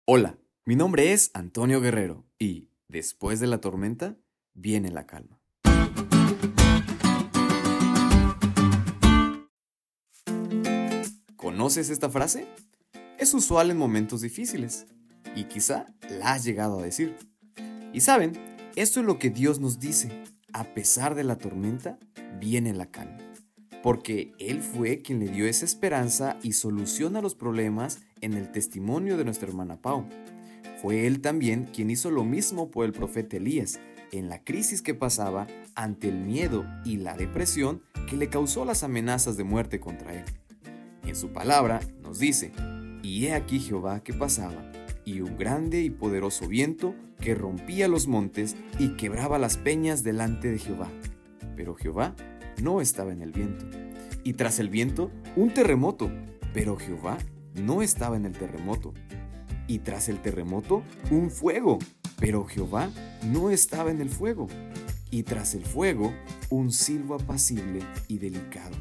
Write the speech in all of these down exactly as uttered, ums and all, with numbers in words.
Hola, mi nombre es Antonio Guerrero y después de la tormenta viene la calma. ¿Conoces esta frase? Es usual en momentos difíciles y quizá la has llegado a decir. Y saben, esto es lo que Dios nos dice. A pesar de la tormenta, viene la calma. Porque Él fue quien le dio esa esperanza y solución a los problemas en el testimonio de nuestra hermana Pau. Fue Él también quien hizo lo mismo por el profeta Elías en la crisis que pasaba ante el miedo y la depresión que le causó las amenazas de muerte contra él. En su palabra nos dice: y he aquí Jehová que pasaba, y un grande y poderoso viento que rompía los montes y quebraba las peñas delante de Jehová. Pero Jehová no estaba en el viento. Y tras el viento, un terremoto, pero Jehová no estaba en el terremoto. Y tras el terremoto, un fuego, pero Jehová no estaba en el fuego. Y tras el fuego, un silbo apacible y delicado.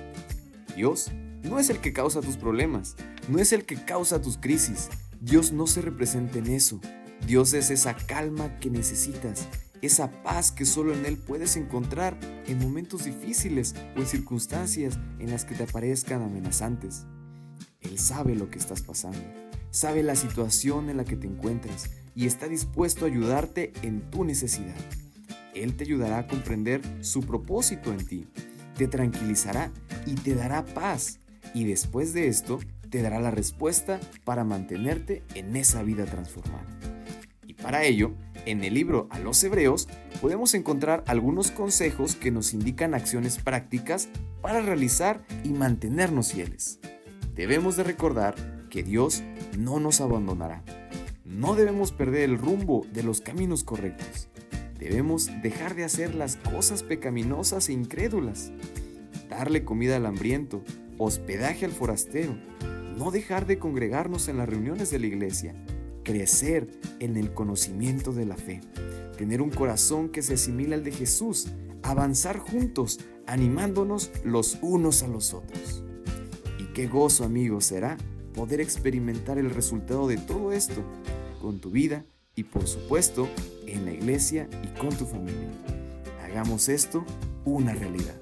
Dios no es el que causa tus problemas, no es el que causa tus crisis. Dios no se representa en eso. Dios es esa calma que necesitas, esa paz que solo en Él puedes encontrar en momentos difíciles o en circunstancias en las que te aparezcan amenazantes. Él sabe lo que estás pasando, sabe la situación en la que te encuentras y está dispuesto a ayudarte en tu necesidad. Él te ayudará a comprender su propósito en ti, te tranquilizará y te dará paz. Y después de esto, te dará la respuesta para mantenerte en esa vida transformada. Y para ello, en el libro a los Hebreos, podemos encontrar algunos consejos que nos indican acciones prácticas para realizar y mantenernos fieles. Debemos de recordar que Dios no nos abandonará. No debemos perder el rumbo de los caminos correctos. Debemos dejar de hacer las cosas pecaminosas e incrédulas. Darle comida al hambriento, hospedaje al forastero. No dejar de congregarnos en las reuniones de la iglesia. Crecer en el conocimiento de la fe. Tener un corazón que se asimila al de Jesús. Avanzar juntos, animándonos los unos a los otros. Y qué gozo, amigos, será poder experimentar el resultado de todo esto con tu vida y, por supuesto, en la iglesia y con tu familia. Hagamos esto una realidad.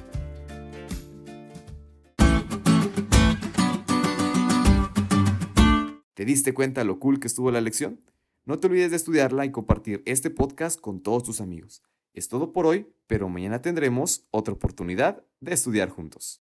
¿Te diste cuenta lo cool que estuvo la lección? No te olvides de estudiarla y compartir este podcast con todos tus amigos. Es todo por hoy, pero mañana tendremos otra oportunidad de estudiar juntos.